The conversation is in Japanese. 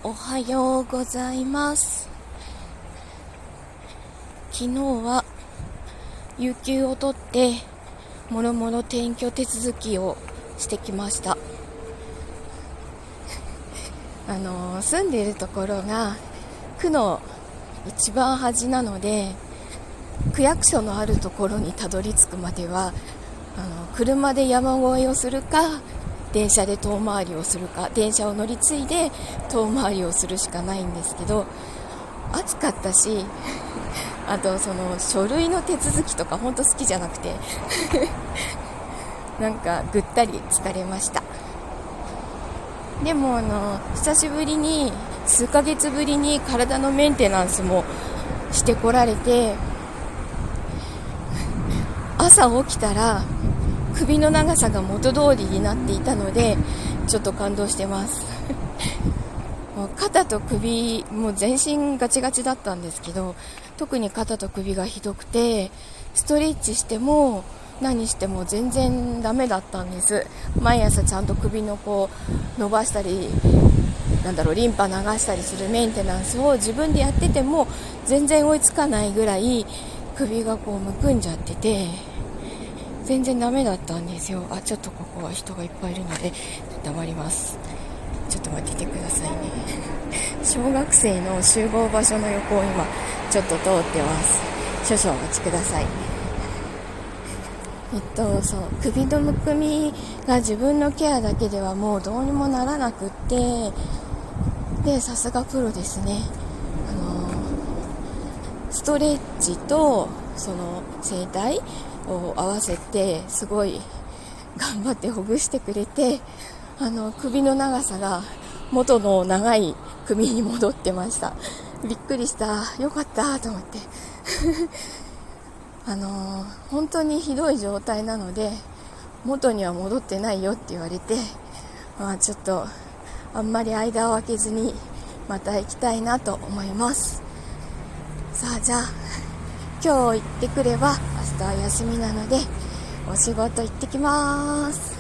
おはようございます。昨日は有給を取ってもろもろ転居手続きをしてきました。住んでいるところが区の一番端なので、区役所のあるところにたどり着くまでは車で山越えをするか、電車で遠回りをするか、電車を乗り継いで遠回りをするしかないんですけど、暑かったし、あとその書類の手続きとか本当好きじゃなくてなんかぐったり疲れました。でも久しぶりに数ヶ月ぶりに体のメンテナンスもしてこられて、朝起きたら首の長さが元通りになっていたのでちょっと感動してます肩と首、もう全身ガチガチだったんですけど、特に肩と首がひどくて、ストレッチしても何しても全然ダメだったんです。毎朝ちゃんと首の伸ばしたり、リンパ流したりするメンテナンスを自分でやってても全然追いつかないぐらい首がむくんじゃってて、全然ダメだったんですよ。ちょっとここは人がいっぱいいるので黙ります。ちょっと待っててくださいね。小学生の集合場所の横を今ちょっと通ってます。少々お待ちください。そう、首のむくみが自分のケアだけではもうどうにもならなくって、でさすがプロですね。ストレッチとその整体を合わせてすごい頑張ってほぐしてくれて、首の長さが元の長い首に戻ってました。びっくりした。よかったと思って本当にひどい状態なので元には戻ってないよって言われて、ちょっとあんまり間を空けずにまた行きたいなと思います。さあ、じゃあ今日行ってくれば明日は休みなのでお仕事行ってきます。